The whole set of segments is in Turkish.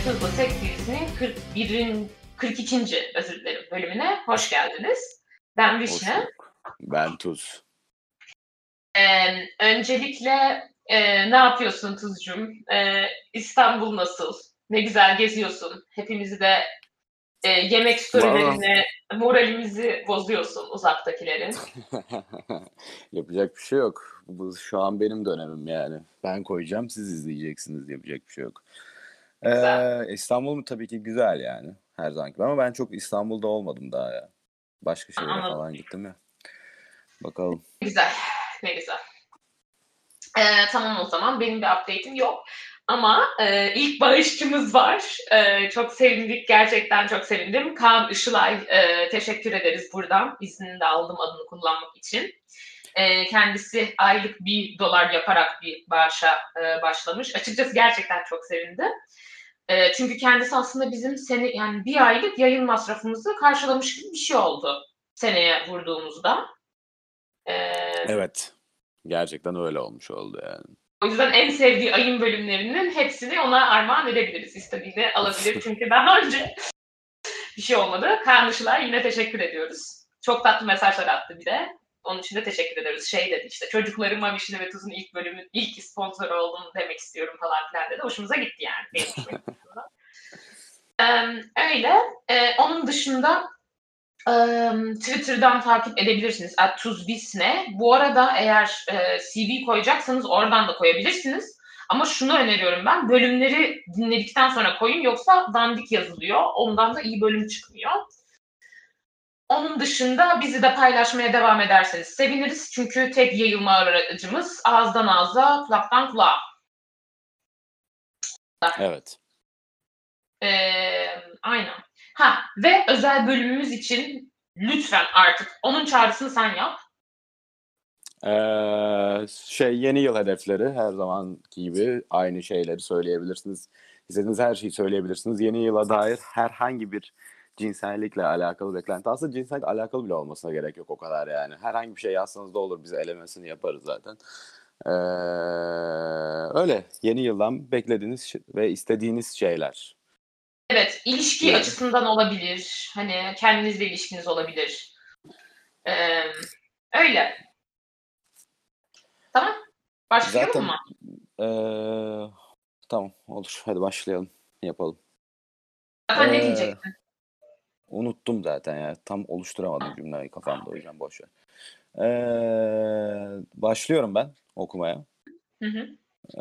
Tuzla Tek dizisinin 42. özür dilerim bölümüne hoş geldiniz. Ben Hoş Vişne. bulduk. Ben Tuz. Öncelikle ne yapıyorsun Tuzcuğum? İstanbul nasıl? Ne güzel geziyorsun. Hepimizi de yemek Valla storylerinle moralimizi bozuyorsun uzaktakilerin. yapacak bir şey yok. Bu şu an benim dönemim yani. Ben koyacağım, siz izleyeceksiniz. Yapacak bir şey yok. Güzel. İstanbul tabii ki güzel yani. Her zamanki gibi ama ben çok İstanbul'da olmadım daha ya. Başka şehire Anladım. falan gittim ya. Bakalım. Güzel. Ne güzel. Tamam o zaman benim bir update'im yok. Ama ilk bağışçımız var. Çok sevindik, gerçekten çok sevindim. Kaan Işılay, teşekkür ederiz buradan. İznini de aldım adını kullanmak için. Kendisi aylık $1 yaparak bir bağışa başlamış. Açıkçası gerçekten çok sevindim. Çünkü kendisi aslında bizim yani bir aylık yayın masrafımızı karşılamış gibi bir şey oldu seneye vurduğumuzda. Ee, Evet. Gerçekten öyle olmuş oldu yani. O yüzden en sevdiği ayın bölümlerinin hepsini ona armağan edebiliriz. İstediğini alabilir. Çünkü daha önce bir şey olmadı. Kaan Işıl'a yine teşekkür ediyoruz. Çok tatlı mesajlar attı bir de. Onun için de teşekkür ediyoruz. Şey dedi işte çocuklarıma Vişne ve Tuz'un ilk bölümün ilk sponsoru oldum demek istiyorum falan filan dedi. Hoşumuza gitti yani. Benim hoşuma gitti. Öyle. Onun dışında Twitter'dan takip edebilirsiniz. @tuzvisne. Bu arada eğer CV koyacaksanız oradan da koyabilirsiniz. Ama şunu öneriyorum ben. Bölümleri dinledikten sonra koyun yoksa dandik yazılıyor. Ondan da iyi bölüm çıkmıyor. Onun dışında bizi de paylaşmaya devam ederseniz seviniriz. Çünkü tek yayılma aracımız ağızdan ağza, kulaktan kulağa. Evet. Aynen. Ha ve özel bölümümüz için lütfen artık onun çağrısını sen yap. Yeni yıl hedefleri her zamanki gibi aynı şeyleri söyleyebilirsiniz. İstediğiniz her şeyi söyleyebilirsiniz. Yeni yıla dair herhangi bir cinsellikle alakalı beklenti. Aslında cinsellikle alakalı bile olmasına gerek yok o kadar yani. Herhangi bir şey yazsanız da olur. Biz elemesini yaparız zaten. Ee, Öyle. Yeni yıldan beklediğiniz ve istediğiniz şeyler Evet, ilişki diyelim. açısından olabilir. Hani kendinizle ilişkiniz olabilir. Ee, Öyle. Tamam. Başlayalım Zaten mı? tamam olur. Hadi başlayalım. Yapalım. Zaten ne Ee, diyecektin? Unuttum zaten ya. Tam oluşturamadım cümleyi kafamda o yüzden boş ver. Başlıyorum ben okumaya. Hı hı.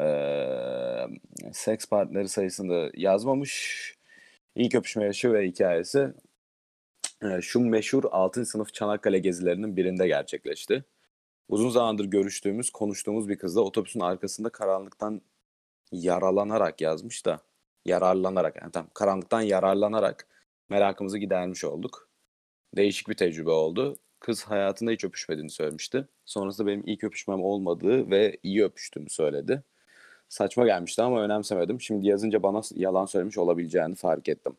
Seks partneri sayısını yazmamış. İlk öpüşme yaşı ve hikayesi şu meşhur 6. sınıf Çanakkale gezilerinin birinde gerçekleşti. Uzun zamandır görüştüğümüz, konuştuğumuz bir kızla otobüsün arkasında karanlıktan yaralanarak yazmış da yararlanarak yani tam karanlıktan yararlanarak merakımızı gidermiş olduk. Değişik bir tecrübe oldu. Kız hayatında hiç öpüşmediğini söylemişti. Sonrasında benim ilk öpüşmem olmadığı ve iyi öpüştüğümü söyledi. Saçma gelmişti ama önemsemedim. Şimdi yazınca bana yalan söylemiş olabileceğini fark ettim.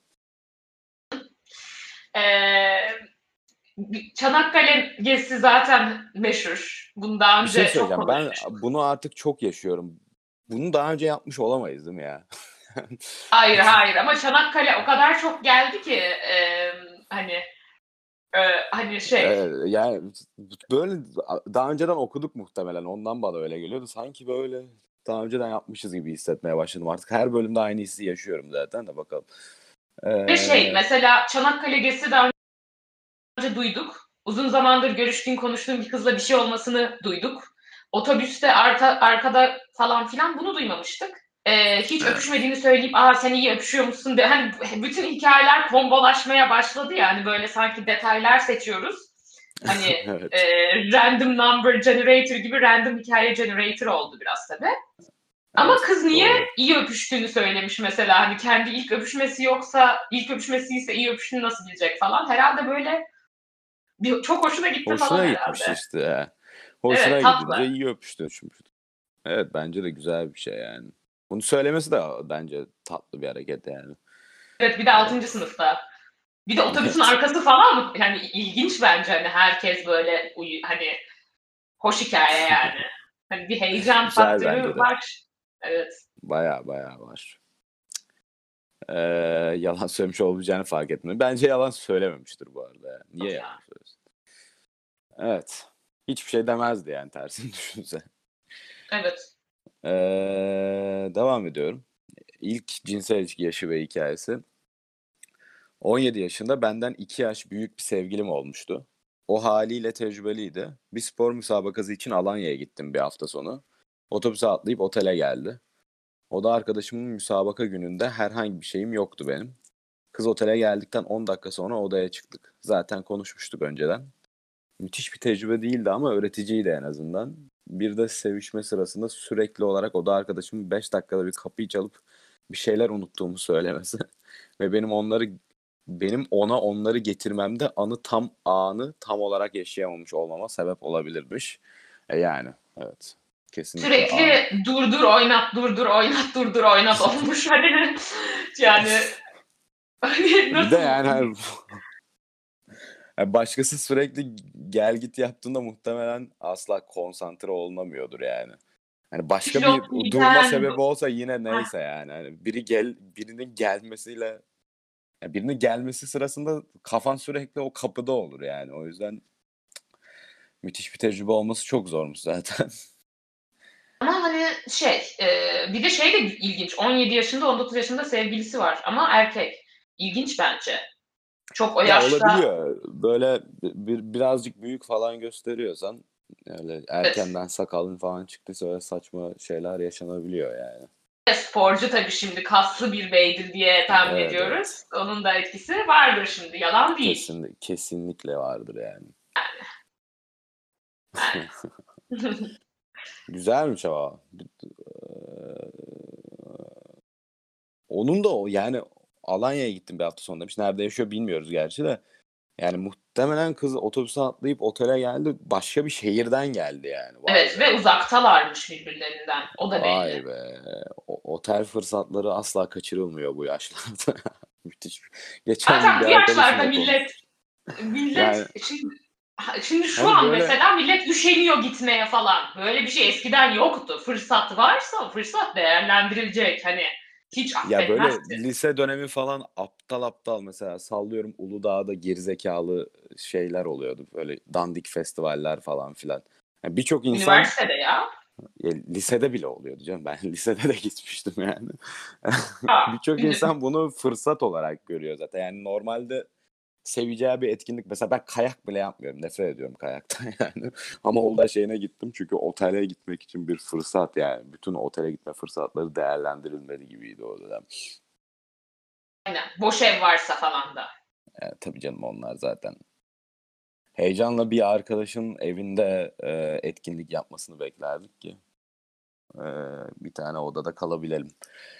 Ee, Çanakkale gezisi zaten meşhur. Bunu daha Bir şey önce çok söyleyeceğim. Ben konuşmuştuk. bunu artık çok yaşıyorum. Bunu daha önce yapmış olamayız değil mi ya? Hayır hayır ama Çanakkale o kadar çok geldi ki hani hani şey. Yani böyle daha önceden okuduk muhtemelen. Ondan bana öyle geliyordu. Sanki böyle daha önceden yapmışız gibi hissetmeye başladım. Artık her bölümde aynı hissi yaşıyorum zaten de bakalım. Ve şey Ee, mesela Çanakkale gezisi daha önce duyduk. Uzun zamandır görüştüğün, konuştuğun bir kızla bir şey olmasını duyduk. Otobüste arkada falan filan bunu duymamıştık. Hiç öpüşmediğini söyleyip sen iyi öpüşüyormuşsun de hani bütün hikayeler kombolaşmaya başladı ya hani böyle sanki detaylar seçiyoruz. Hani evet. random number generator gibi random hikaye generator oldu biraz tabii. Ama Evet. kız niye Doğru. iyi öpüştüğünü söylemiş mesela hani kendi ilk öpüşmesi yoksa ilk öpüşmesi ise iyi öpüştüğünü nasıl bilecek falan. Herhalde böyle çok hoşuna gitti falan Hoşuna gitmiş herhalde. işte. Evet Hoşuna tatlı. gidince iyi öpüştün. Evet bence de güzel bir şey yani. Bunu söylemesi de bence tatlı bir hareket yani. Evet bir de Ee, 6. sınıfta. Bir de otobüsün evet. arkası falan mı? Yani ilginç bence hani herkes böyle hani hoş hikaye yani. Hani bir heyecan Güzel faktörü bence de. var. Evet. Baya baya var. yalan söylemiş olabileceğini fark etmedi. Bence yalan söylememiştir bu arada. Yani. Niye Yok yalan ya. söylesin? Evet. Hiçbir şey demezdi yani tersini düşünse. Evet. Devam ediyorum. İlk cinsel ilişki yaşı ve hikayesi. 17 yaşında benden 2 yaş büyük bir sevgilim olmuştu. O haliyle tecrübeliydi. Bir spor müsabakası için Alanya'ya gittim bir hafta sonu. Otobüse atlayıp otele geldi. O da arkadaşımın müsabaka gününde herhangi bir şeyim yoktu benim. Kız otele geldikten 10 dakika sonra odaya çıktık. Zaten konuşmuştuk önceden. Müthiş bir tecrübe değildi ama öğreticiydi en azından. Bir de sevişme sırasında sürekli olarak oda arkadaşımın 5 dakikada bir kapıyı çalıp bir şeyler unuttuğumu söylemesi ve benim ona onları getirmemde anı tam olarak yaşayamamış olmama sebep olabilirmiş. Yani evet, kesinlikle anı. Sürekli durdur oynat, durdur oynat, durdur oynat olmuş. Hani yani hani Bir de nasıl yani hani yani başkası sürekli gel git yaptığında muhtemelen asla konsantre olunamıyordur yani. Hani başka bir pilot durma miden sebebi olsa yine neyse yani. Hani birinin gelmesiyle birinin gelmesi sırasında kafan sürekli o kapıda olur yani. O yüzden müthiş bir tecrübe olması çok zormuş zaten. ama hani bir de şey de ilginç. 17 yaşında 19 yaşında sevgilisi var ama erkek. İlginç bence. Çok o Ya yaşta olabiliyor. Böyle birazcık büyük falan gösteriyorsan öyle evet. erkenden sakalın falan çıktıysa öyle saçma şeyler yaşanabiliyor yani. Sporcu tabii şimdi kaslı bir beydir diye tahmin Evet, ediyoruz. evet. Onun da etkisi vardır şimdi. Yalan değil. Kesinlikle vardır yani. Yani. Güzelmiş ama. Onun da yani Alanya'ya gittim bir hafta sonra demiş. Nerede yaşıyor bilmiyoruz gerçi de. Yani muhtemelen kız otobüse atlayıp otele geldi. Başka bir şehirden geldi yani. Vay Evet be. ve uzaktalarmış birbirlerinden. O da belli. Vay be. Otel fırsatları asla kaçırılmıyor bu yaşlarda. Müthiş. Geçen gün Zaten bir bu yaşlarda arkadaşımla millet konuşmuştum. Yani millet şimdi şu hani an böyle mesela millet üşeniyor gitmeye falan. Böyle bir şey eskiden yoktu. Fırsat varsa fırsat değerlendirilecek. Hani hiç ya böyle affetmezsin. lise dönemi falan aptal aptal mesela sallıyorum Uludağ'da gerizekalı şeyler oluyordu. Böyle dandik festivaller falan filan. Yani birçok insan Üniversitede ya. lisede bile oluyordu canım. Ben lisede de gitmiştim yani. Ha, Birçok insan bunu fırsat olarak görüyor zaten. Yani normalde seveceği bir etkinlik. Mesela ben kayak bile yapmıyorum. Nefret ediyorum kayaktan yani. Ama Uludağ şeyine gittim çünkü otele gitmek için bir fırsat yani. Bütün otele gitme fırsatları değerlendirilmeli gibiydi o dönem. aynen. Boş ev varsa falan da. Tabii canım onlar zaten. Heyecanla bir arkadaşın evinde etkinlik yapmasını beklerdik ki e, bir tane odada kalabilelim.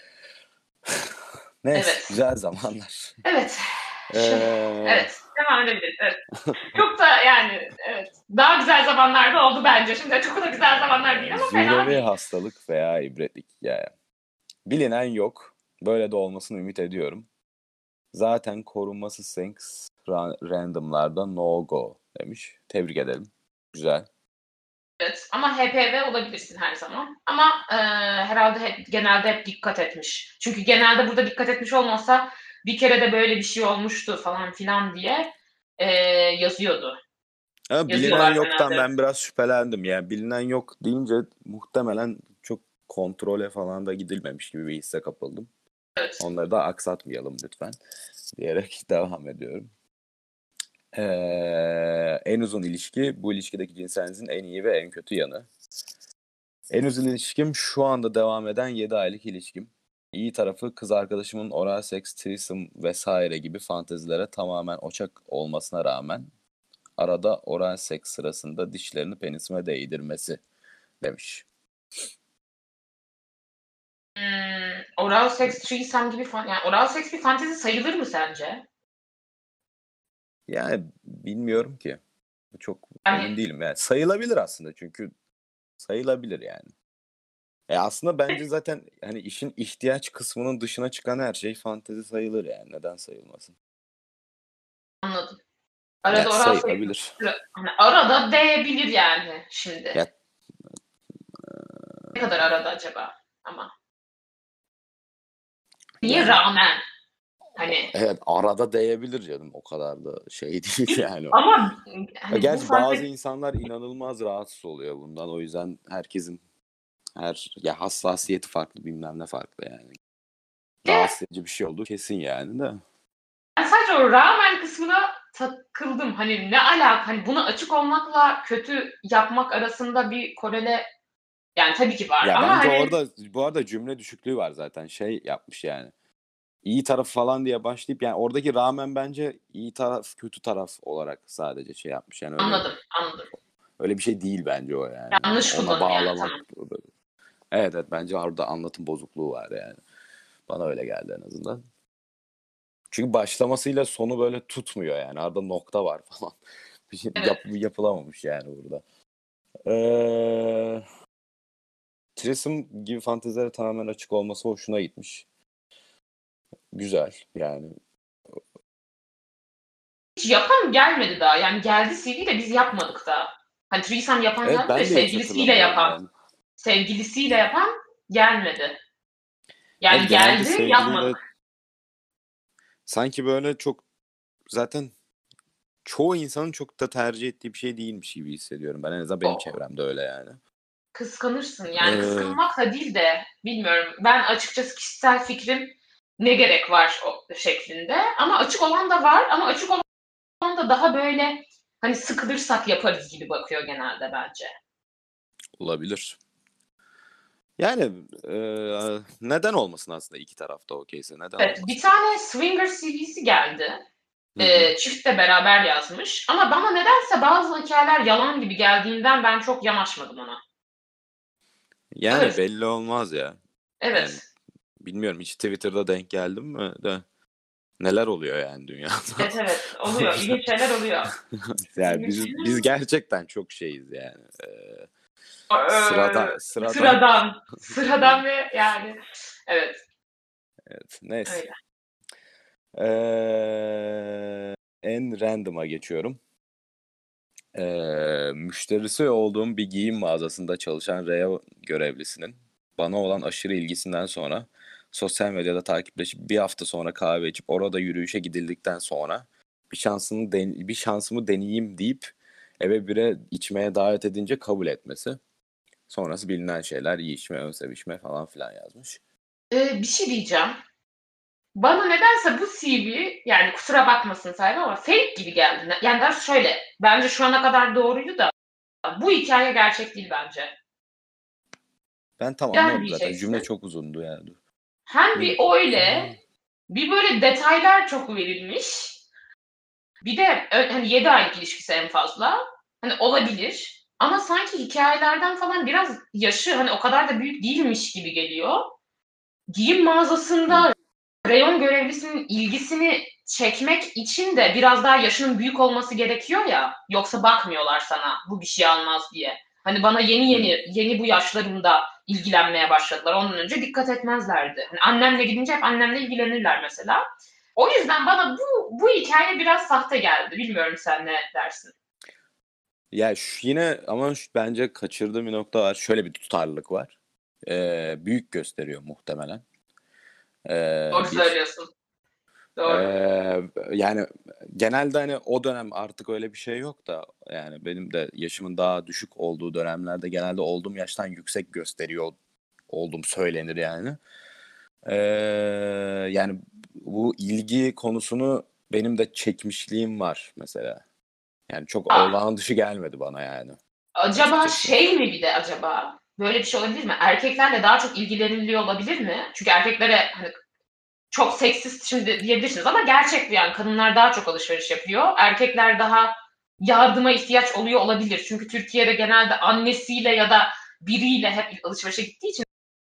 Neyse, Evet. güzel zamanlar. Evet. Şimdi, E, evet. Devam edebiliriz. Evet. Çok da yani evet. Daha güzel zamanlarda oldu bence. Şimdi çok da güzel zamanlar değil ama fena Zührevi değil. hastalık veya ibretlik hikaye. Bilinen yok. Böyle de olmasını ümit ediyorum. Zaten korunması Sinks randomlarda no go demiş. Tebrik ederim. Güzel. Evet. Ama HPV olabilirsin her zaman. Ama herhalde genelde hep dikkat etmiş. Çünkü genelde burada dikkat etmiş olmasa bir kere de böyle bir şey olmuştu falan filan diye e, yazıyordu. Ama bilinen Yazıyorlar yoktan genelde. ben biraz şüphelendim. Yani bilinen yok deyince muhtemelen çok kontrole falan da gidilmemiş gibi bir hisse kapıldım. Evet. Onları da aksatmayalım lütfen diyerek devam ediyorum. En uzun ilişki bu ilişkideki cinselinizin en iyi ve en kötü yanı. En uzun ilişkim şu anda devam eden 7 aylık ilişkim. İyi tarafı kız arkadaşımın oral seks, threesome vesaire gibi fantezilere tamamen oçak olmasına rağmen arada oral seks sırasında dişlerini penisime değdirmesi demiş. Oral seks threesome gibi yani oral seks bir fantezi sayılır mı sence? Yani bilmiyorum ki. Çok Yani emin değilim. Yani sayılabilir aslında çünkü sayılabilir yani. Aslında bence zaten hani işin ihtiyaç kısmının dışına çıkan her şey fantezi sayılır yani. Neden sayılmasın? anladım. Yani Arada oral seks sayılabilir. hani arada değebilir yani şimdi. Ya Ne kadar arada acaba? Ama niye yani rağmen? Hani Evet, arada değebilir canım. O kadar da şey değil yani. ama Ya hani bu gerçi bazı fantezi insanlar inanılmaz rahatsız oluyor bundan. O yüzden herkesin ya hassasiyeti farklı, bilmem ne farklı yani. Rahatsız edici bir şey olduğu kesin yani de. ben sadece o rağmen kısmına takıldım. Hani ne alaka? Hani buna açık olmakla kötü yapmak arasında bir korele yani tabii ki var Ya ama bence hani orada bu arada cümle düşüklüğü var zaten. Şey yapmış yani. İyi taraf falan diye başlayıp yani oradaki rağmen bence iyi taraf kötü taraf olarak sadece şey yapmış. Yani anladım. öyle bir şey değil bence o yani. Hani Yanlış ona kullanım yani bağlamak. tamam. Evet, evet, bence orada anlatım bozukluğu var yani. Bana öyle geldi en azından. Çünkü başlamasıyla sonu böyle tutmuyor yani. Arada nokta var falan. Bir şey Evet. yapılamamış yani burada. Ee, Trism gibi fantezilere tamamen açık olması hoşuna gitmiş. Güzel yani. Hiç yapan gelmedi daha. Yani geldi CD de biz yapmadık da. Hani Threesome yapan Evet, geldi de ben de hiç hatırlamıyorum yani. sevgilisiyle yapan gelmedi. Evet, Yani genelde geldi sevgiliyle yapmadık. sanki böyle çok zaten çoğu insanın çok da tercih ettiği bir şey değilmiş gibi hissediyorum. Ben en azından benim O çevremde öyle yani. kıskanırsın. Yani Ee, kıskanmak da değil de bilmiyorum. Ben açıkçası kişisel fikrim ne gerek var o şeklinde. Ama açık olan da var ama açık olan da daha böyle hani sıkılırsak yaparız gibi bakıyor genelde bence. Olabilir. Yani neden olmasın aslında iki tarafta okeyse neden Evet, bir olmasın? tane Swinger CD'si geldi. Hı hı. Çift de beraber yazmış. Ama bana nedense bazı hikayeler yalan gibi geldiğinden ben çok yanaşmadım ona. Öyle. Yani belli olmaz ya. Yani Evet. bilmiyorum, hiç Twitter'da denk geldim mi de neler oluyor yani dünyada. Evet evet. O Oluyor. yüzden İlginç şeyler oluyor. yani İlginç biz şeyler. gerçekten çok şeyiz yani. Sıradan. Sıradan. Sıradan ve yani evet. Evet, neyse. Öyle. En random'a geçiyorum. Müşterisi olduğum bir giyim mağazasında çalışan Reo görevlisinin bana olan aşırı ilgisinden sonra sosyal medyada takipleşip bir hafta sonra kahve içip orada yürüyüşe gidildikten sonra bir şansımı deneyeyim deyip eve bire içmeye davet edince kabul etmesi. Sonrası bilinen şeyler, iyi içme, ön sevişme falan filan yazmış. Bir şey diyeceğim. Bana nedense bu CV yani kusura bakmasın sahibi ama fake gibi geldi. Yani daha şöyle bence şu ana kadar doğruydu da bu hikaye gerçek değil bence. Ben tam Neden anlamadım zaten. Cümle diyeceksin? çok uzundu yani. Hem Ne? bir öyle, bir böyle detaylar çok verilmiş. Bir de hani 7 aylık ilişkisi en fazla. Hani olabilir. Ama sanki hikayelerden falan biraz yaşı hani o kadar da büyük değilmiş gibi geliyor. Giyim Hı. mağazasında reyon görevlisinin ilgisini çekmek için de biraz daha yaşının büyük olması gerekiyor ya. Yoksa bakmıyorlar sana bu bir şey almaz diye. Hani bana Hı. yeni bu yaşlarımda ilgilenmeye başladılar. Ondan önce dikkat etmezlerdi. Hani annemle gidince hep annemle ilgilenirler mesela. O yüzden bana bu hikaye biraz sahte geldi. Bilmiyorum sen ne dersin? Ya yine ama bence kaçırdığı bir nokta var. Şöyle bir tutarlılık var. Büyük gösteriyor muhtemelen. Doğru Bir. söylüyorsun. Doğru. Yani genelde hani o dönem artık öyle bir şey yok da yani benim de yaşımın daha düşük olduğu dönemlerde genelde olduğum yaştan yüksek gösteriyor olduğum söylenir yani. Ee, Yani bu ilgi konusunu benim de çekmişliğim var mesela. Yani çok Aa, olağan dışı gelmedi bana yani acaba açıkçası. şey mi bir de acaba? Böyle bir şey olabilir mi? Erkeklerle daha çok ilgileniliyor olabilir mi? Çünkü erkeklere hani çok seksist şimdi diyebilirsiniz ama gerçek yani kadınlar daha çok alışveriş yapıyor. Erkekler daha yardıma ihtiyaç oluyor olabilir. Çünkü Türkiye'de genelde annesiyle ya da biriyle hep alışverişe gittiği için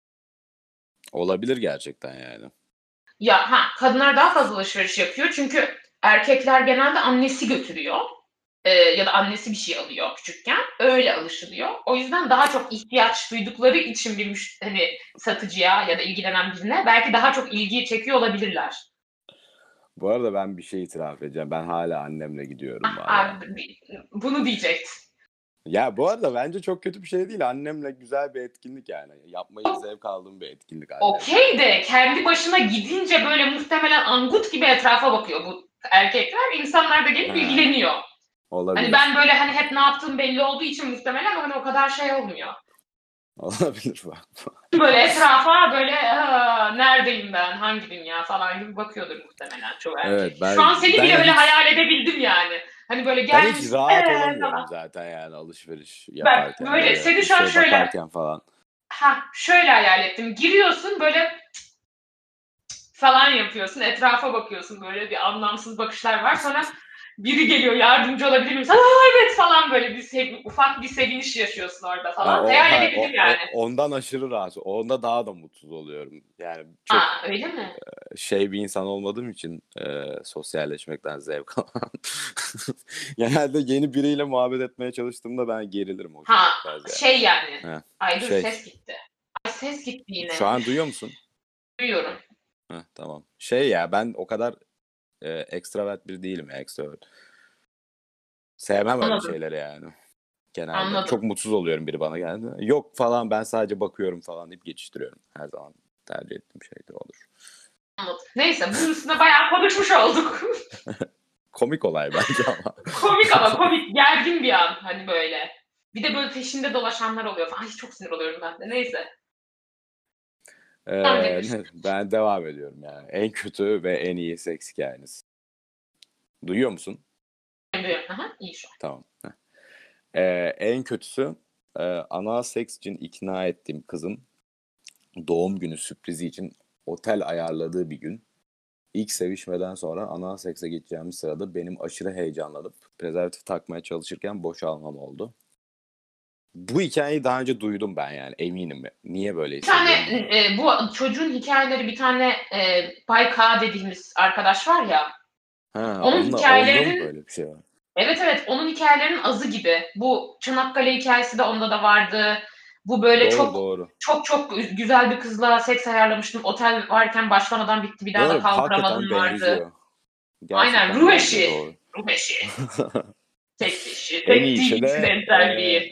Olabilir gerçekten yani. ya kadınlar daha fazla alışveriş yapıyor. Çünkü erkekler genelde annesi götürüyor. Ya da annesi bir şey alıyor küçükken. Öyle alışılıyor. O yüzden daha çok ihtiyaç duydukları için hani satıcıya ya da ilgilenen birine belki daha çok ilgiyi çekiyor olabilirler. Bu arada ben bir şey itiraf edeceğim. Ben hala annemle gidiyorum valla. Abi, bunu diyecektim. Ya bu arada bence çok kötü bir şey değil. Annemle güzel bir etkinlik yani. Yapmayı zevk aldığım bir etkinlik annemle. Okey de kendi başına gidince böyle muhtemelen angut gibi etrafa bakıyor bu erkekler. İnsanlar da gelip Ha, ilgileniyor. Hani olabilir. ben böyle hani hep ne yaptığım belli olduğu için muhtemelen hani o kadar şey olmuyor. Olabilir bak. Böyle etrafa böyle neredeyim ben, hangi dünya falan gibi bakıyordur muhtemelen çoğu Evet, erkek. Şu ben an seni ben bile öyle hiç hayal edebildim yani. Hani böyle ben hiç gelmişsin rahat olamıyorum falan. zaten yani alışveriş Bak yaparken böyle böyle seni bir şu an şey şöyle bakarken falan. şöyle hayal ettim. Giriyorsun böyle falan yapıyorsun. Etrafa bakıyorsun. Böyle bir anlamsız bakışlar var. Sonra biri geliyor, yardımcı olabilir misin? Evet falan, böyle bir ufak bir seviniş yaşıyorsun orada Ha, falan. Hayal edebildim yani. ondan aşırı rahat. Onda daha da mutsuz oluyorum. Yani çok Öyle mi? şey bir insan olmadığım için sosyalleşmekten zevk alan. Genelde yeni biriyle muhabbet etmeye çalıştığımda ben gerilirim. Hoşuma Ha, gitmez yani. şey yani. Ha, Ay dur, şey ses gitti. Ay ses gitti şu yine. an Üf, duyuyor musun? duyuyorum. Heh, tamam. Şey ya ben o kadar ekstravert biri değilim ya, ekstrovert. Sevmem öyle Anladım. şeyleri yani. Genelde. Anladım. Çok mutsuz oluyorum biri bana geldi. Yok falan ben sadece bakıyorum falan deyip geçiştiriyorum. Her zaman tercih ettiğim şeydir olur. Anladım. Neyse, bunun üstüne bayağı konuşmuş olduk. Komik olay bence ama. Komik ama komik. Gergin bir an hani böyle. Bir de böyle peşinde dolaşanlar oluyor falan. Ay çok sinir oluyorum ben de. Neyse. Devam edebilirsin. Ben devam ediyorum yani. En kötü ve en iyi seks hikayeniz. Duyuyor musun? Duyuyorum. Aha, iyi şu an. Tamam. En kötüsü ana seks için ikna ettiğim kızın doğum günü sürprizi için otel ayarladığı bir gün. İlk sevişmeden sonra ana sekse gideceğimiz sırada benim aşırı heyecanlanıp prezervatif takmaya çalışırken boşalmam oldu. Bu hikayeyi daha önce duydum ben yani eminim. Niye böyle Bir tane hissediyorum bilmiyorum. bu çocuğun hikayeleri, bir tane Bay K dediğimiz arkadaş var ya. Ha, Onun onda mı hikayelerinin, böyle bir şey var? evet evet, onun hikayelerinin azı gibi. Bu Çanakkale hikayesi de onda da vardı. Bu böyle Doğru çok doğru. çok çok güzel bir kızla seks ayarlamıştım. Otel varken başlamadan bitti. Bir daha da Doğru kaldıramadım hakikaten vardı. benziyor. Aynen, Gerçekten ruh benziyor eşi. doğru. Ruh eşi. Seks işi. En Seks iyisi değil, de incidentalliği.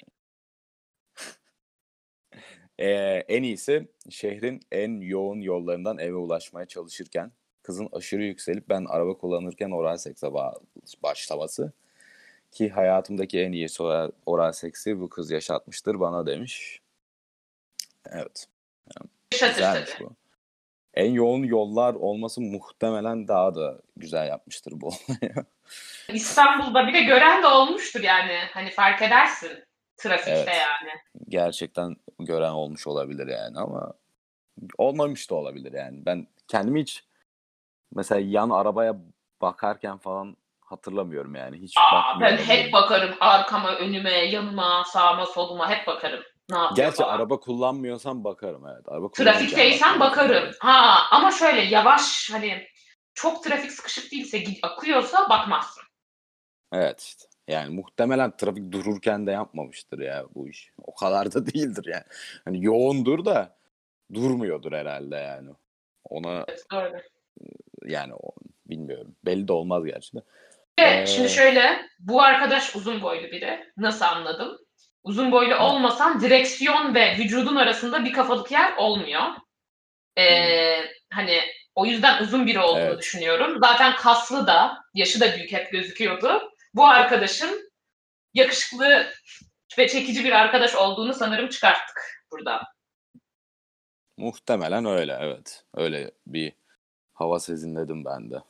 en iyisi şehrin en yoğun yollarından eve ulaşmaya çalışırken kızın aşırı yükselip ben araba kullanırken oral sekse başlaması. Ki hayatımdaki en iyi oral seksi bu kız yaşatmıştır bana demiş. Evet. Yaşatır tabii. Güzelmiş bu. En yoğun yollar olması muhtemelen daha da güzel yapmıştır bu olayı. İstanbul'da bir de gören de olmuştur yani. Hani fark edersin trafikte Evet. yani. Gerçekten gören olmuş olabilir yani ama olmamış da olabilir yani. Ben kendimi hiç mesela yan arabaya bakarken falan hatırlamıyorum yani. Hiç bakmıyor Ben hep olabilirim. bakarım arkama, önüme, yanıma, sağıma, soluma hep bakarım. Ne yapıyor Gerçi falan. araba kullanmıyorsam bakarım evet. Araba kullanırken Trafikteysen bakmam lazım bakarım. tabii. Ama şöyle yavaş, hani çok trafik sıkışık değilse, akıyorsa bakmazsın. Evet işte. Yani muhtemelen trafik dururken de yapmamıştır ya bu iş. O kadar da değildir yani. Hani yoğundur da durmuyordur herhalde yani. Ona Evet, doğru. yani bilmiyorum. Belli de olmaz gerçi de. Şimdi Ee, şöyle, bu arkadaş uzun boylu biri. Nasıl anladım? Uzun boylu ne? olmasan direksiyon ve vücudun arasında bir kafalık yer olmuyor. Hmm, Hani o yüzden uzun biri olduğunu evet. düşünüyorum. Zaten kaslı da, yaşı da büyük hep gözüküyordu. Bu arkadaşın yakışıklı ve çekici bir arkadaş olduğunu sanırım çıkarttık burada. Muhtemelen öyle evet. Öyle bir hava sezinledim ben de.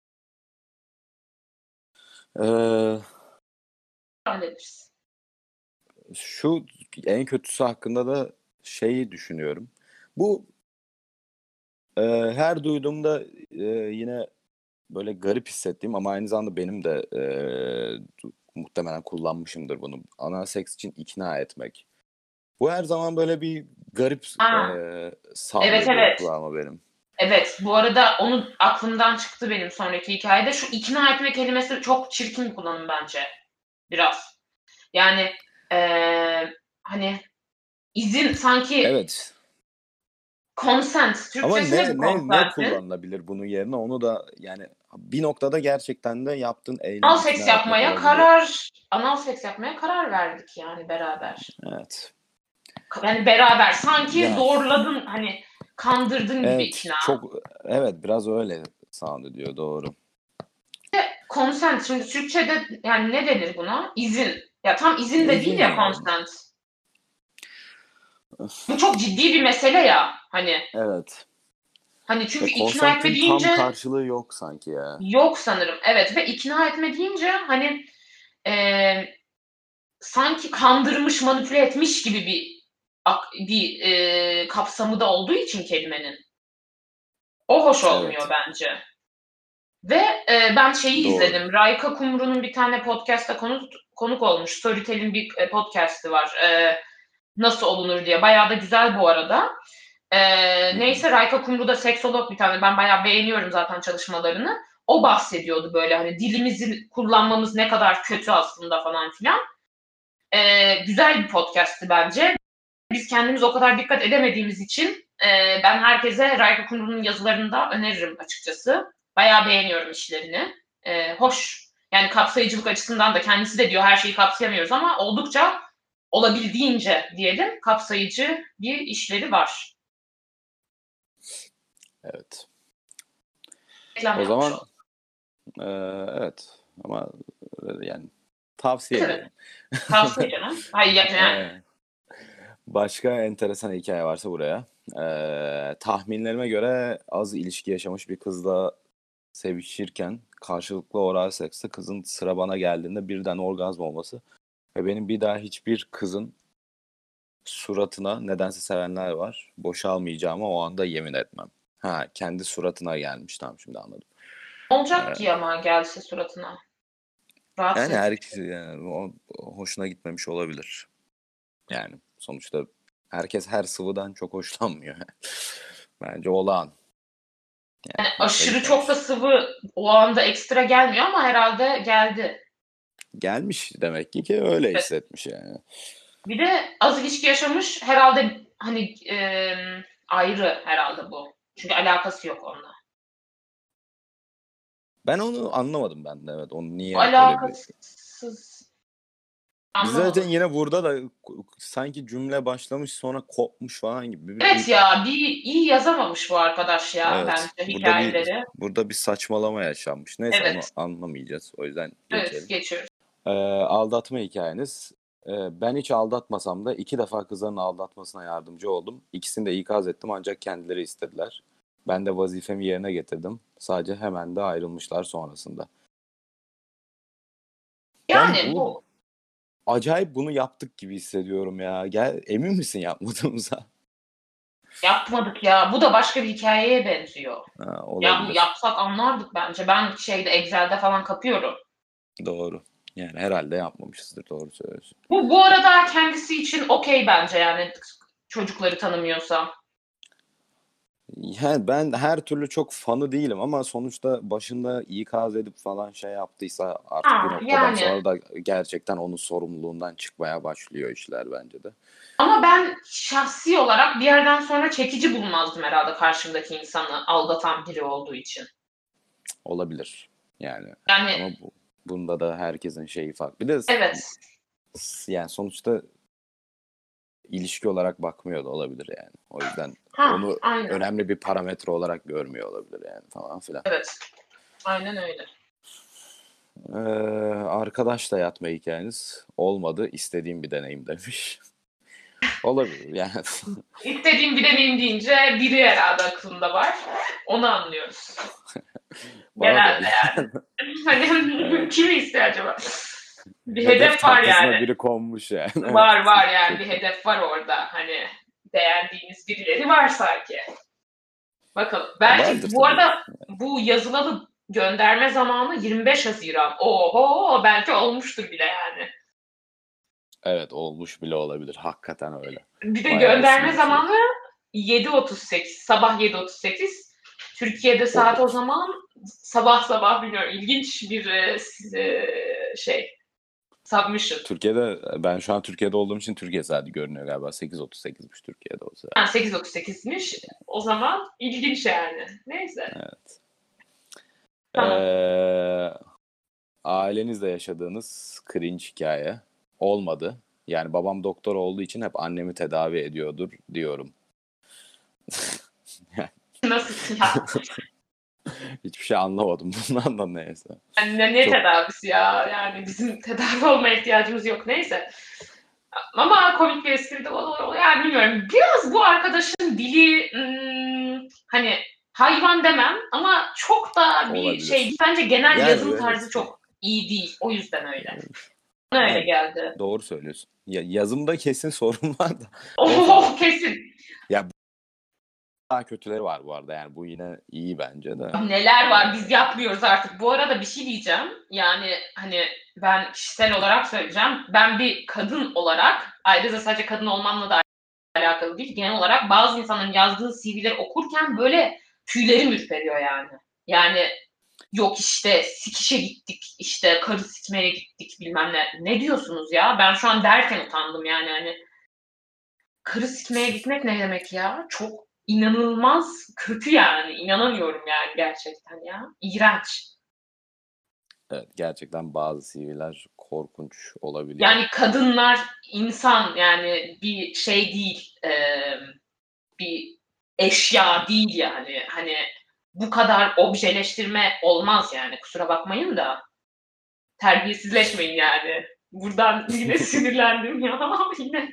Ee, Hallederiz. şu en kötüsü hakkında da şeyi düşünüyorum. Bu her duyduğumda yine böyle garip hissettiğim ama aynı zamanda benim de muhtemelen kullanmışımdır bunu. Ana seks için ikna etmek. Bu her zaman böyle bir garip Aa, evet savruluyor evet. kulağıma benim. Evet, bu arada onun aklımdan çıktı benim sonraki hikayede. Şu ikna etme kelimesi çok çirkin bir kullanım bence. Biraz. Yani hani izin sanki, Evet. consent. Ama Türkçesi ne bu ne consent'in? kullanılabilir bunun yerine onu da yani bir noktada gerçekten de yaptığın eylem Anal ikna seks etmek yapmaya olabiliyor. karar verdik yani beraber. Evet. Yani beraber sanki Ya zorladın hani kandırdın gibi evet ikna. evet biraz öyle sound ediyor doğru. Consent şimdi Türkçe'de yani ne denir buna? İzin. Ya tam izin de değil İzin ya yani. consent. Bu çok ciddi bir mesele ya hani. Evet. Hani Ve çünkü ikna etme consent'in tam deyince karşılığı yok sanki ya. yok sanırım. Evet ve ikna etme deyince hani sanki kandırmış, manipüle etmiş gibi bir kapsamı da olduğu için kelimenin. O hoş olmuyor Evet. bence. Ve ben şeyi Doğru. izledim. Rayka Kumru'nun bir tane podcast'ta konuk olmuş. Storytel'in bir podcast'i var. Nasıl olunur diye. Bayağı da güzel bu arada. Hı hı. Neyse Rayka Kumru da seksolog bir tane. Ben bayağı beğeniyorum zaten çalışmalarını. O bahsediyordu böyle hani dilimizi kullanmamız ne kadar kötü aslında falan filan. Güzel bir podcast'ti bence. Biz kendimiz o kadar dikkat edemediğimiz için ben herkese Rayka Kumru'nun yazılarını da öneririm açıkçası. Bayağı beğeniyorum işlerini. Hoş. Yani kapsayıcılık açısından da kendisi de diyor her şeyi kapsayamıyoruz ama oldukça olabildiğince diyelim kapsayıcı bir işleri var. Evet. Reklam O yapmış zaman olduk. evet ama yani tavsiye Evet, ederim. tavsiye canım. Hayır yani. Ee, Başka enteresan hikaye varsa buraya. Tahminlerime göre az ilişki yaşamış bir kızla sevişirken karşılıklı oral sekste kızın sıra bana geldiğinde birden orgazm olması ve benim bir daha hiçbir kızın suratına nedense sevenler var. Boşalmayacağıma o anda yemin etmem. Ha kendi suratına gelmiş tamam şimdi anladım. Ne olacak Ee, ki ama gelse suratına? Rahatsız Yani edici. herkes yani o hoşuna gitmemiş olabilir. Yani sonuçta herkes her sıvıdan çok hoşlanmıyor. Bence olağan. Yani Yani hoşuna aşırı çok da gitmemiş. sıvı o anda ekstra gelmiyor ama herhalde geldi. Gelmiş demek ki öyle Evet. hissetmiş yani. Bir de az ilişki yaşamış herhalde hani ayrı herhalde bu. Çünkü alakası yok onunla. Ben onu anlamadım ben de evet. Onu niye öyle bir... Alakasız Biz zaten anlamadım. yine burada da sanki cümle başlamış sonra kopmuş falan gibi Evet ya bir iyi yazamamış bu arkadaş ya evet. bence Burada hikayeleri. bir saçmalama yaşanmış. Neyse onu Evet. anlamayacağız. O yüzden Evet geçelim. geçiyoruz. Aldatma hikayeniz. Ben hiç aldatmasam da 2 defa kızların aldatmasına yardımcı oldum. İkisini de ikaz ettim ancak kendileri istediler. Ben de vazifemi yerine getirdim. Sadece hemen de ayrılmışlar sonrasında. Ben Yani bu bu acayip bunu yaptık gibi hissediyorum ya. Gel emin misin yapmadığımıza? yapmadık ya. Bu da başka bir hikayeye benziyor. Ha, Ya bu olabilir. yapsak anlardık bence. Ben şeyde Excel'de falan kapıyorum. Doğru. Yani herhalde yapmamışızdır. Doğru söylüyorsun. Bu arada kendisi için okey bence yani çocukları tanımıyorsa. Yani ben her türlü çok fanı değilim ama sonuçta başında ikaz edip falan şey yaptıysa artık bir Ha, noktadan yani. sonra da gerçekten onun sorumluluğundan çıkmaya başlıyor işler bence de. Ama ben şahsi olarak bir yerden sonra çekici bulmazdım herhalde karşımdaki insanı aldatan biri olduğu için. Olabilir. Yani Yani ama bunda da herkesin şeyi farklı. Bir de evet. yani sonuçta ilişki olarak bakmıyor da olabilir yani. O yüzden Ha, onu aynen. önemli bir parametre olarak görmüyor olabilir yani falan filan. Evet. Aynen öyle. Ee, Arkadaşla yatma hikayeniz olmadı. İstediğim bir deneyim demiş. Olabilir yani. İstediğim bir deneyim deyince biri herhalde aklımda var. Onu anlıyoruz. Bana da Genelde öyle. yani. Hani Evet. kimi istiyor acaba? Bir Hedef hedef var tahtasına yani. biri konmuş yani. Evet. Var yani Çok bir iyi. hedef var orada. Hani beğendiğiniz birileri var sanki. Bakalım. Ya Belki vardır bu tabii. arada bu yazılalı gönderme zamanı 25 Haziran. Oho belki olmuştur bile yani. Evet olmuş bile olabilir. Hakikaten öyle. Bir de Bayağı gönderme eskide bir şey. zamanı 7.38. Sabah 7.38. Türkiye'de saat o Oo. zaman sabah bilmiyorum. İlginç bir şey. Submission. Türkiye'de ben şu an Türkiye'de olduğum için Türkiye saati görünüyor galiba. 8.38'miş Türkiye'de o saat. Yani 8.38'miş. O zaman ilginç yani. Neyse. Evet. Tamam. Ailenizle yaşadığınız cringe hikaye olmadı. Yani babam doktor olduğu için hep annemi tedavi ediyordur diyorum. Nasıl ya? Hiçbir şey anlamadım bundan da neyse. Yani ne Çok tedavisi ya? Yani bizim tedavi olmaya ihtiyacımız yok. Neyse. Ama komik bir espri de olur. Yani bilmiyorum. Biraz bu arkadaşın dili hani hayvan demem ama çok da bir şey olabilir. değil. Bence genel Yani yazım tarzı evet. çok iyi değil. O yüzden öyle. Bana öyle Yani geldi. doğru söylüyorsun. Ya, yazımda kesin sorun var da. Neyse. Oh kesin. Ya daha kötüleri var bu arada. Yani bu yine iyi bence de. Neler var biz yapmıyoruz artık. Bu arada bir şey diyeceğim. Yani hani ben kişisel olarak söyleyeceğim. Ben bir kadın olarak ayrıca sadece kadın olmamla da alakalı değil. Genel olarak bazı insanların yazdığı CV'leri okurken böyle tüylerim ürperiyor yani. Yani yok işte sikişe gittik, işte karı sikmeye gittik bilmem ne. Ne diyorsunuz ya? Ben şu an derken utandım yani hani. Karı sikmeye gitmek ne demek ya? Çok inanılmaz kötü yani. İnanamıyorum yani gerçekten ya. İğrenç. Evet, gerçekten bazı CV'ler korkunç olabiliyor. Yani kadınlar insan yani bir şey değil. Bir eşya değil yani. Hani bu kadar objeleştirme olmaz yani. Kusura bakmayın da. Terbiyesizleşmeyin yani. Buradan yine sinirlendim ya. yine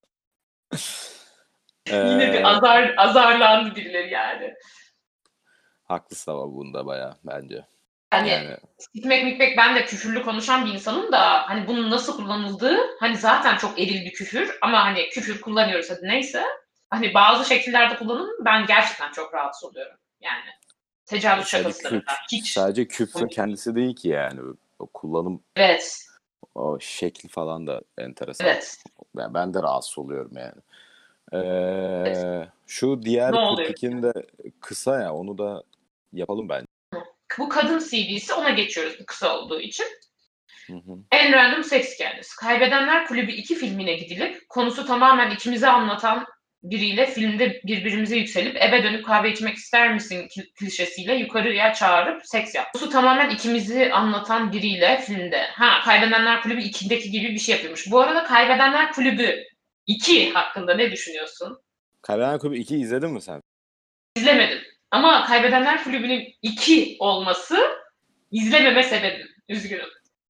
yine bir Ee, azarlandı birileri yani. haklısın ama bunda bayağı bence. Hani Yani sikmek ben de küfürlü konuşan bir insanım da hani bunun nasıl kullanıldığı hani zaten çok eril bir küfür ama hani küfür kullanıyoruz hadi neyse. Hani bazı şekillerde kullanım ben gerçekten çok rahatsız oluyorum. Yani tecavüz sadece şakası da mesela hiç sadece küfrün hoş değil. kendisi değil ki yani. O kullanım, Evet, o şekli falan da enteresan. evet, Ben de rahatsız oluyorum yani. evet. Şu Ne diğer oluyor? 42'nin de kısa ya, onu da yapalım bence. Bu kadın CV'si ona geçiyoruz bu kısa olduğu için. Hı hı. En Random Sex Hikayesi. Kaybedenler Kulübü 2 filmine gidilip konusu tamamen ikimize anlatan biriyle filmde birbirimize yükselip eve dönüp kahve içmek ister misin klişesiyle yukarıya çağırıp seks yap. Konusu tamamen ikimizi anlatan biriyle filmde. Ha, Kaybedenler Kulübü 2'deki gibi bir şey yapıyormuş. Bu arada Kaybedenler Kulübü 2 hakkında ne düşünüyorsun? Karayan Kulübü 2 izledin mi sen? İzlemedim. Ama Kaybedenler Kulübü'nün 2 olması izlememe sebebim. Üzgünüm.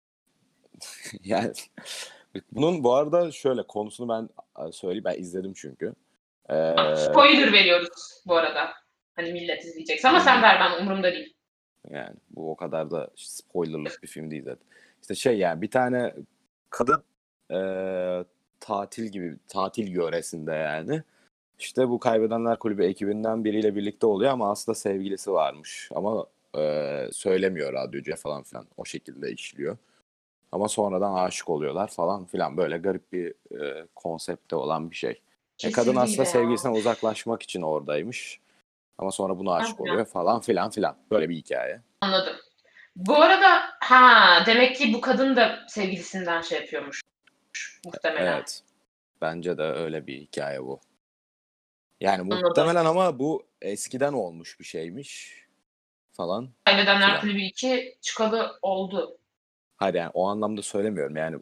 Yani bunun bu arada şöyle konusunu ben söyleyeyim. Ben izledim çünkü. Ee, Spoiler veriyoruz bu arada. Hani millet izleyecekse hı ama sen hı. ver ben umurumda değil. Yani bu o kadar da spoilerlık bir film değil zaten. İşte şey, yani bir tane kadın tatil gibi, tatil yöresinde yani. İşte bu Kaybedenler Kulübü ekibinden biriyle birlikte oluyor ama aslında sevgilisi varmış. Ama söylemiyor radyocuya falan filan. O şekilde işliyor. Ama sonradan aşık oluyorlar falan filan. Böyle garip bir konsepte olan bir şey. Kadın Kesildi aslında yine ya. sevgilisinden uzaklaşmak için oradaymış. Ama sonra buna aşık oluyor falan filan filan. Böyle bir hikaye. Anladım. Bu arada ha demek ki bu kadın da sevgilisinden şey yapıyormuş muhtemelen. Evet. Bence de öyle bir hikaye bu. Yani Anladım. muhtemelen ama bu eskiden olmuş bir şeymiş falan Kaybedenler filan. Kulübü 2 çıkalı oldu. Hayır, yani o anlamda söylemiyorum. Yani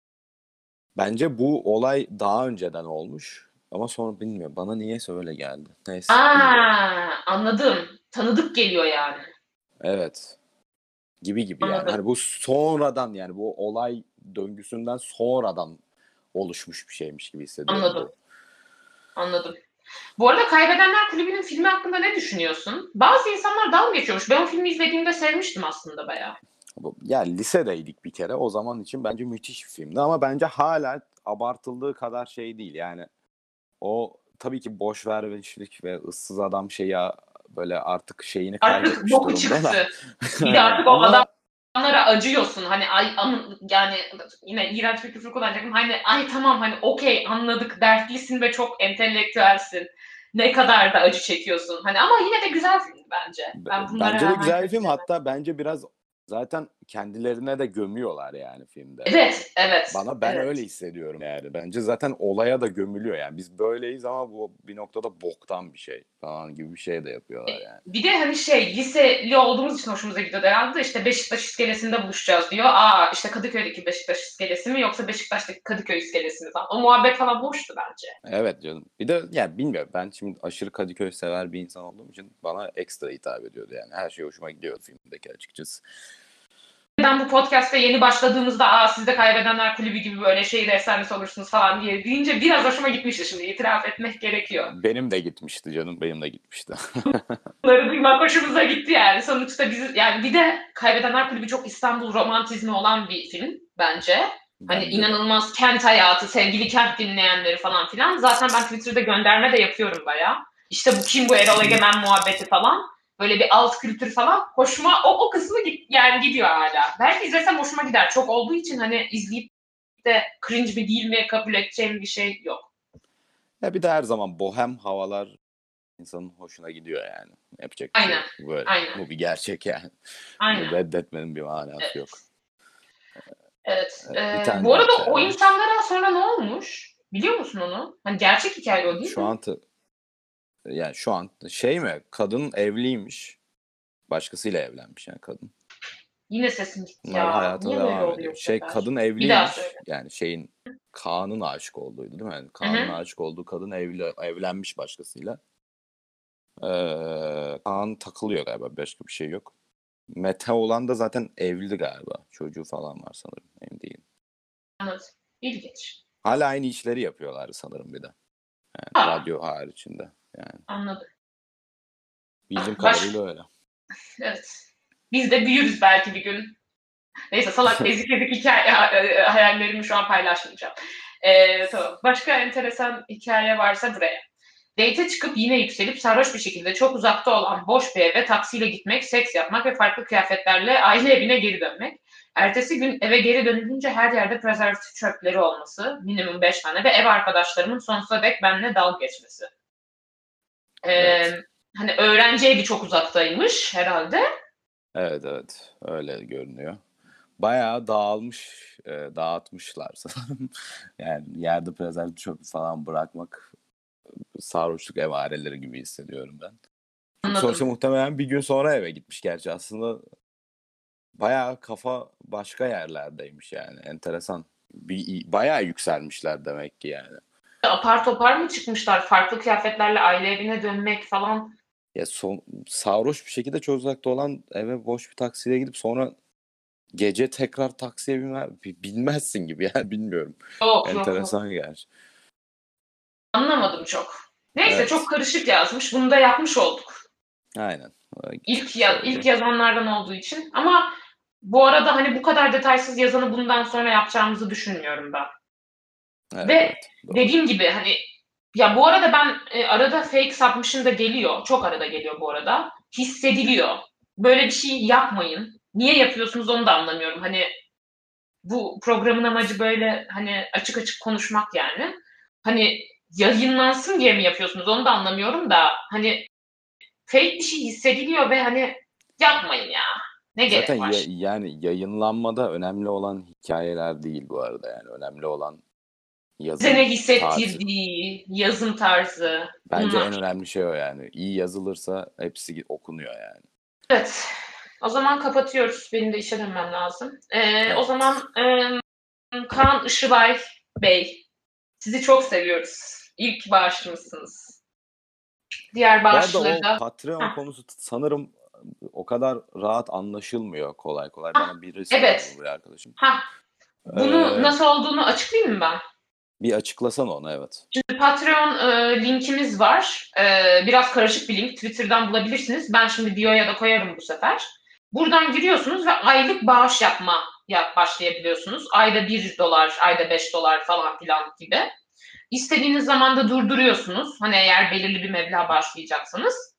bence bu olay daha önceden olmuş. Ama sonra bilmiyorum. Bana niyeyse öyle geldi. Neyse, bilmiyorum. Anladım. Tanıdık geliyor yani. Evet. Gibi yani. Anladım. Hani bu sonradan, yani bu olay döngüsünden sonradan oluşmuş bir şeymiş gibi hissediyorum Anladım. bu. Anladım. Bu arada Kaybedenler Kulübü'nün filmi hakkında ne düşünüyorsun? Bazı insanlar dalga geçiyormuş. Ben o filmi izlediğimde sevmiştim aslında bayağı. Ya lisedeydik bir kere. O zaman için bence müthiş bir filmdi ama bence hala abartıldığı kadar şey değil. Yani o tabii ki boş vermişlik ve ıssız adam şeyi böyle artık şeyini Artık kaybetmiş boku durumda da. çıktı. Bir de artık o Ama adamlara acıyorsun. Hani yani yine iğrenç bir küfür kullanacaktım. Hani ay tamam hani okey anladık dertlisin ve çok entelektüelsin. Ne kadar da acı çekiyorsun. Hani ama yine de güzel film bence. Ben bunlara bence de rağmen güzel bir kötü film. demem. Hatta bence biraz zaten kendilerine de gömüyorlar yani filmde. Evet, evet. Ben evet. öyle hissediyorum yani. Bence zaten olaya da gömülüyor yani. Biz böyleyiz ama bu bir noktada boktan bir şey falan gibi bir şey de yapıyorlar yani. Bir de hani liseli olduğumuz için hoşumuza gidiyor herhalde. İşte Beşiktaş iskelesinde buluşacağız diyor. İşte Kadıköy'deki Beşiktaş iskelesi mi yoksa Beşiktaş'taki Kadıköy iskelesi mi falan. O muhabbet falan hoştu bence. Evet canım. Bir de yani bilmiyorum, ben şimdi aşırı Kadıköy sever bir insan olduğum için bana ekstra hitap ediyordu yani. Her şey hoşuma gidiyor filmdeki açıkçası. Ben bu podcast'te yeni başladığımızda siz de Kaybedenler Kulübü gibi böyle şehir efsanesi olursunuz falan diye deyince biraz hoşuma gitmişti, şimdi itiraf etmek gerekiyor. Benim de gitmişti canım, benim de gitmişti. Bunları duymak hoşumuza gitti yani. Sonuçta yani bir de Kaybedenler Kulübü çok İstanbul romantizmi olan bir film bence. Hani Bence de. inanılmaz kent hayatı, sevgili kent dinleyenleri falan filan. Zaten ben Twitter'da gönderme de yapıyorum bayağı. İşte bu kim, bu Erol Egemen muhabbeti falan. Böyle bir alt kültür falan. Hoşuma o kısmı yani gidiyor hala. Belki izlesem hoşuma gider. Çok olduğu için hani izleyip de cringe mi değil mi kabul edeceğim bir şey yok. Ya bir de her zaman bohem havalar insanın hoşuna gidiyor yani. Yapacak bir şey Aynen. yok. Böyle. Aynen. Bu bir gerçek yani. Aynen. Reddetmenin bir manası Evet. yok. Evet. Bir tane Bu daha arada hikaye o var. insanlara sonra ne olmuş? Biliyor musun onu? Hani gerçek hikaye o değil Şu mi? an yani şu an şey mi? Kadın evliymiş. Başkasıyla evlenmiş yani kadın. Yine sesin gitti Bunlar ya. hayatına Niye böyle devam oluyor ediyor. bu sefer? Kadın Bir daha evliymiş. söyle. Yani Kaan'ın aşık olduğuydu değil mi? Yani Hı Kaan'ın hı. aşık olduğu kadın evlenmiş başkasıyla. Kaan takılıyor galiba. Başka bir şey yok. Mete olan da zaten evli galiba. Çocuğu falan var sanırım. Emin değilim. Anladım. İlginç. Hala aynı işleri yapıyorlar sanırım bir de. Yani Aa, radyo haricinde. Yani anladım. bildiğim Baş... kadarıyla öyle. Evet. Biz de büyürüz belki bir gün. Neyse, salak ezik ezik hikaye hayallerimi şu an paylaşmayacağım. Tamam. Başka enteresan hikaye varsa buraya. Date'e çıkıp yine yükselip sarhoş bir şekilde çok uzakta olan boş bir eve taksiyle gitmek, seks yapmak ve farklı kıyafetlerle aile evine geri dönmek. Ertesi gün eve geri dönülünce her yerde prezervatif çöpleri olması, minimum 5 tane ve ev arkadaşlarımın sonsuza dek benimle dalga geçmesi. Ee, Evet. Hani öğrenci evi çok uzaktaymış herhalde. Evet. Öyle görünüyor. Bayağı dağıtmışlar sanırım. Yani yerde prezervatif çöpü falan bırakmak sarhoşluk emareleri gibi hissediyorum ben. Çünkü sonuçta Anladım. muhtemelen bir gün sonra eve gitmiş gerçi. Aslında bayağı kafa başka yerlerdeymiş yani. Enteresan. Bayağı yükselmişler demek ki yani. Apar topar mı çıkmışlar? Farklı kıyafetlerle aile evine dönmek falan. Ya sarhoş bir şekilde çok uzakta olan eve boş bir taksiyle gidip sonra gece tekrar taksiye bilmezsin gibi yani, bilmiyorum. Yok yok yok. Enteresan gerçi. Anlamadım çok. Neyse, çok Evet. karışık yazmış. Bunu da yapmış olduk. Aynen. Çıkmış İlk oldu. yazanlardan olduğu için. Ama bu arada hani bu kadar detaysız yazanı bundan sonra yapacağımızı düşünmüyorum ben. Ve Evet. Doğru. dediğim gibi hani ya bu arada ben arada fake submission da geliyor. Çok arada geliyor bu arada. Hissediliyor. Böyle bir şey yapmayın. Niye yapıyorsunuz onu da anlamıyorum. Hani bu programın amacı böyle hani açık açık konuşmak yani. Hani yayınlansın diye mi yapıyorsunuz onu da anlamıyorum da hani fake bir şey hissediliyor ve hani yapmayın ya. Ne Zaten gerek var? yani yayınlanmada önemli olan hikayeler değil bu arada yani. Önemli olan Size yazım ne tarzı. hissettirdiği, yazım tarzı Bence en bunlar. önemli şey o yani. İyi yazılırsa hepsi okunuyor yani. Evet. O zaman kapatıyoruz. Benim de işe dönmem lazım. O Evet. zaman Kaan Işılay Bey, sizi çok seviyoruz. İlk bağışçımızsınız. Diğer Bu arada bağışçıları o da. Patreon Hah, konusu sanırım o kadar rahat anlaşılmıyor kolay kolay. hah, Bana biri söyledi, evet. bu bir arkadaşım. Hah, bunu Ee, nasıl olduğunu açıklayayım mı ben? bir açıklasana onu, evet. Şimdi Patreon linkimiz var. Biraz karışık bir link. Twitter'dan bulabilirsiniz. Ben şimdi bio'ya da koyarım bu sefer. Buradan giriyorsunuz ve aylık bağış başlayabiliyorsunuz. Ayda $1, ayda $5 falan filan gibi. İstediğiniz zaman da durduruyorsunuz. Hani eğer belirli bir meblağ başlayacaksanız.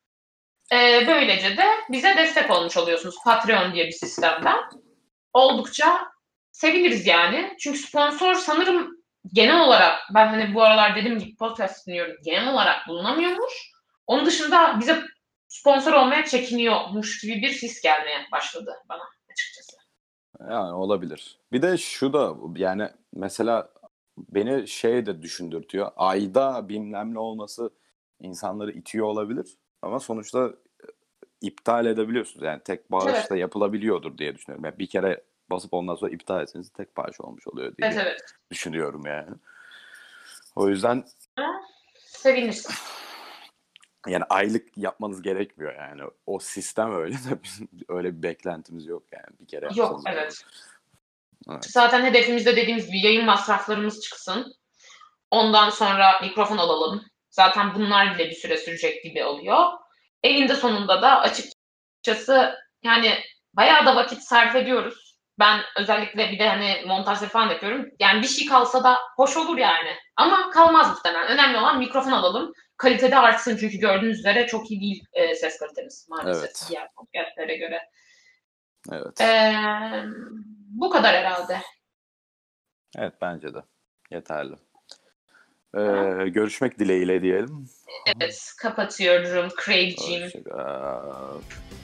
Böylece de bize destek olmuş oluyorsunuz Patreon diye bir sistemden. Oldukça seviniriz yani. Çünkü sponsor sanırım genel olarak ben hani bu aralar dediğim gibi podcast dinliyorum. Genel olarak bulunamıyormuş. Onun dışında bize sponsor olmaya çekiniyormuş gibi bir his gelmeye başladı bana açıkçası. Yani olabilir. Bir de şu da yani mesela beni şey de düşündürtüyor. Ayda bilmem ne olması insanları itiyor olabilir. Ama sonuçta iptal edebiliyorsunuz. Yani tek bağış Evet, da yapılabiliyordur diye düşünüyorum. Yani bir kere basıp ondan sonra iptal etseniz tek bağış olmuş oluyor evet, diye evet. düşünüyorum yani. O yüzden Sevinirsin. yani aylık yapmanız gerekmiyor yani. O sistem öyle de bizim öyle bir beklentimiz yok yani. Bir kere Yok, yapsanız olur. evet. Evet. Zaten hedefimizde dediğimiz gibi yayın masraflarımız çıksın. Ondan sonra mikrofon alalım. Zaten bunlar bile bir süre sürecek gibi oluyor. Eninde sonunda da açıkçası yani bayağı da vakit sarf ediyoruz. Ben özellikle bir de hani montajları falan yapıyorum. Yani bir şey kalsa da hoş olur yani. Ama kalmaz muhtemelen. Önemli olan mikrofon alalım. Kalitede artsın çünkü gördüğünüz üzere çok iyi değil ses kalitemiz maalesef Evet. diğer podcastlere göre. Evet. Ee, Bu kadar herhalde. Evet bence de. Yeterli. Tamam. Görüşmek dileğiyle diyelim. Evet, kapatıyorum Craig'cim. Hoşçakal.